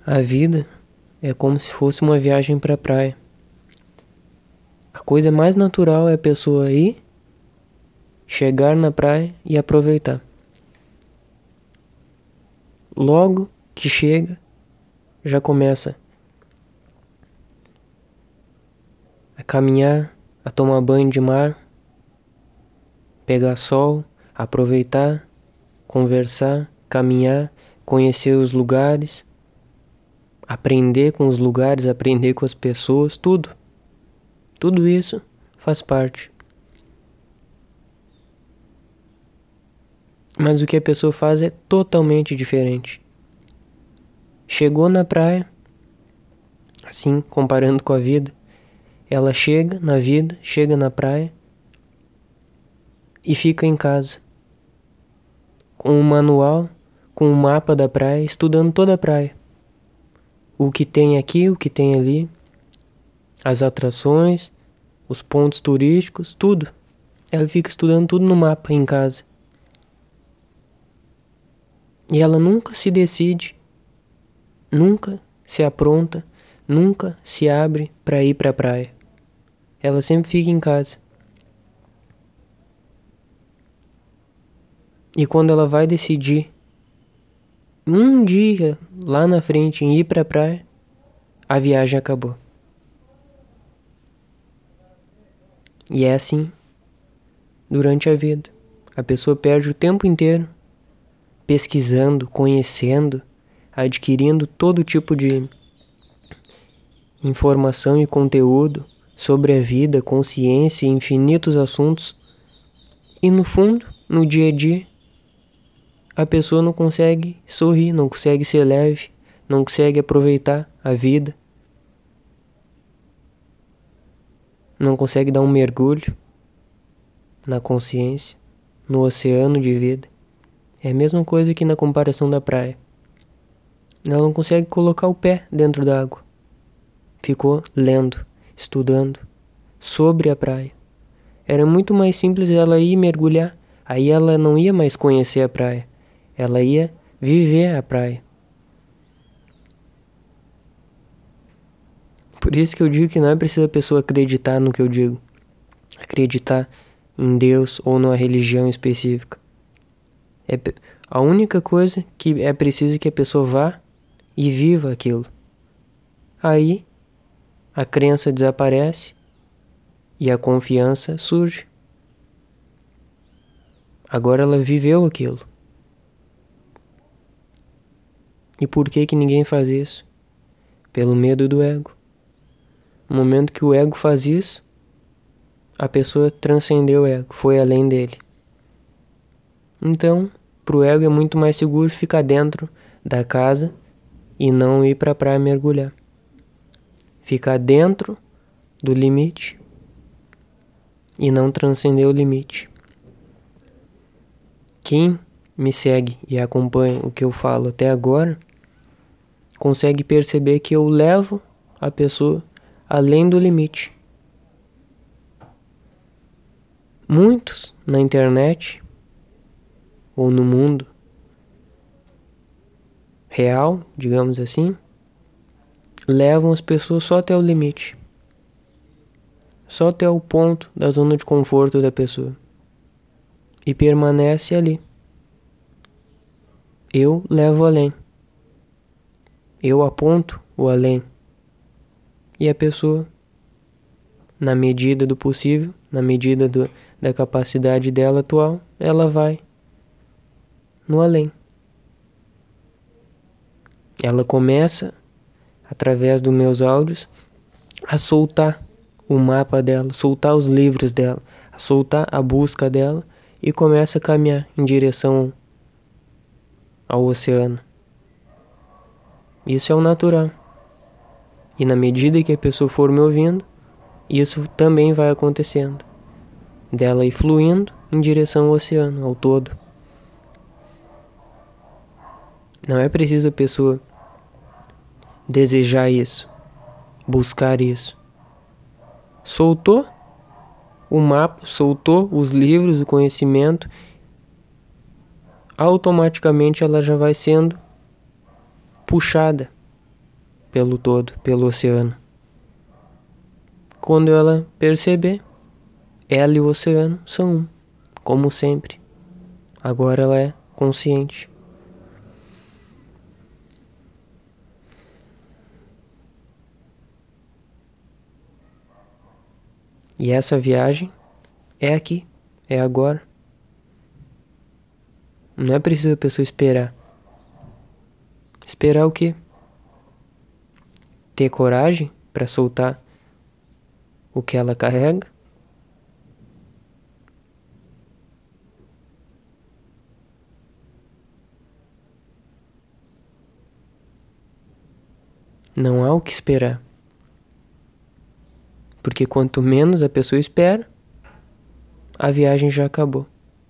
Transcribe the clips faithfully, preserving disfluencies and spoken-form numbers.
A vida é como se fosse uma viagem para a praia. A coisa mais natural é a pessoa ir, chegar na praia e aproveitar. Logo que chega, já começa a caminhar, a tomar banho de mar, pegar sol, aproveitar, conversar, caminhar, conhecer os lugares, aprender com os lugares, aprender com as pessoas, tudo. Tudo isso faz parte. Mas o que a pessoa faz é totalmente diferente. Chegou na praia, assim, comparando com a vida, ela chega na vida, chega na praia e fica em casa, com um manual, com um mapa da praia, estudando toda a praia. O que tem aqui, o que tem ali, as atrações, os pontos turísticos, tudo. Ela fica estudando tudo no mapa em casa. E ela nunca se decide, nunca se apronta, nunca se abre para ir para a praia. Ela sempre fica em casa. E quando ela vai decidir um dia lá na frente em ir para a praia, a viagem acabou. E é assim durante a vida. A pessoa perde o tempo inteiro pesquisando, conhecendo, adquirindo todo tipo de informação e conteúdo sobre a vida, consciência e infinitos assuntos. E no fundo, no dia a dia, a pessoa não consegue sorrir, não consegue ser leve, não consegue aproveitar a vida, não consegue dar um mergulho na consciência, no oceano de vida. É a mesma coisa que na comparação da praia. Ela não consegue colocar o pé dentro da água. Ficou lendo, estudando sobre a praia. Era muito mais simples ela ir mergulhar. Aí ela não ia mais conhecer a praia. Ela ia viver a praia. Por isso que eu digo que não é preciso a pessoa acreditar no que eu digo. Acreditar em Deus ou numa religião específica. É a única coisa que é preciso que a pessoa vá e viva aquilo. Aí a crença desaparece e a confiança surge. Agora ela viveu aquilo. E por que que ninguém faz isso? Pelo medo do ego. No momento que o ego faz isso, a pessoa transcendeu o ego, foi além dele. Então, pro ego é muito mais seguro ficar dentro da casa e não ir pra praia mergulhar. Ficar dentro do limite e não transcender o limite. Quem me segue e acompanha o que eu falo até agora consegue perceber que eu levo a pessoa além do limite. Muitos na internet ou no mundo real, digamos assim, levam as pessoas só até o limite. Só até o ponto da zona de conforto da pessoa. E permanece ali. Eu levo além. Eu aponto o além. E a pessoa, na medida do possível, na medida do, da capacidade dela atual, ela vai no além. Ela começa, através dos meus áudios, a soltar o mapa dela, soltar os livros dela, a soltar a busca dela e começa a caminhar em direção ao oceano. Isso é o natural. E na medida que a pessoa for me ouvindo, isso também vai acontecendo. Dela ir fluindo em direção ao oceano, ao todo. Não é preciso a pessoa desejar isso, buscar isso. Soltou o mapa, soltou os livros, o conhecimento, automaticamente ela já vai sendo puxada pelo todo, pelo oceano. Quando ela perceber, ela e o oceano são um, como sempre. Agora ela é consciente. E essa viagem é aqui, é agora. Não é preciso a pessoa esperar. Esperar o quê? Ter coragem para soltar o que ela carrega? Não há o que esperar. Porque quanto menos a pessoa espera, a viagem já acabou.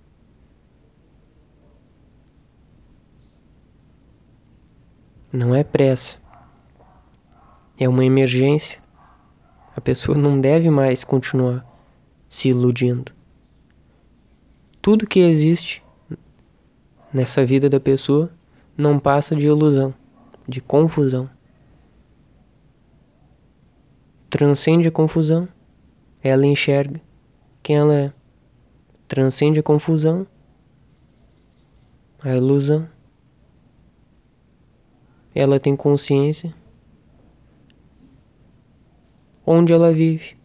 Não é pressa. É uma emergência. A pessoa não deve mais continuar se iludindo. Tudo que existe nessa vida da pessoa não passa de ilusão, de confusão. Transcende a confusão, ela enxerga quem ela é. Transcende a confusão, a ilusão. Ela tem consciência onde ela vive,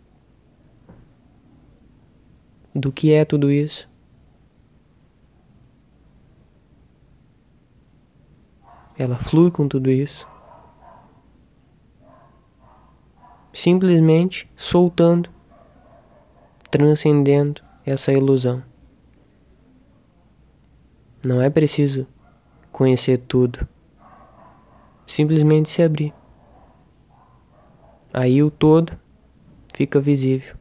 do que é tudo isso. Ela flui com tudo isso, simplesmente soltando, transcendendo essa ilusão. Não é preciso conhecer tudo, simplesmente se abrir. Aí o todo fica visível.